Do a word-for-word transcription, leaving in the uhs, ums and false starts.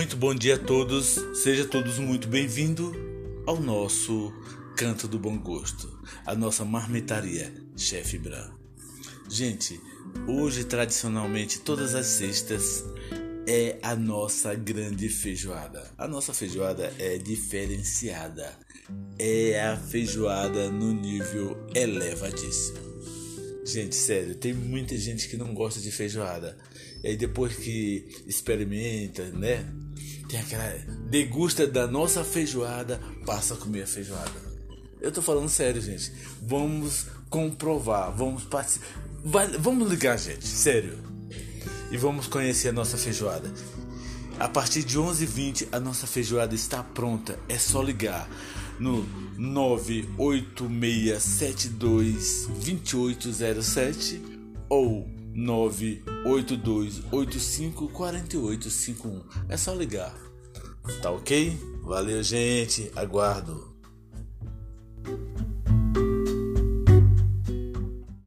Muito bom dia a todos, sejam todos muito bem-vindos ao nosso Canto do Bom Gosto, a nossa marmitaria Chefe Bran. Gente, hoje tradicionalmente todas as sextas é a nossa grande feijoada. A nossa feijoada é diferenciada, é a feijoada no nível elevadíssimo. Gente, sério, tem muita gente que não gosta de feijoada. E aí depois que experimenta, né? Tem aquela degusta da nossa feijoada, passa a comer a feijoada. Eu tô falando sério, gente. Vamos comprovar, vamos participar. Vai, vamos ligar, gente, sério. E vamos conhecer a nossa feijoada. A partir de onze e vinte a nossa feijoada está pronta. É só ligar no nove oito seis sete dois dois oito zero sete ou nove oito dois oito cinco quatro oito cinco um. É só ligar. Tá ok? Valeu, gente. Aguardo.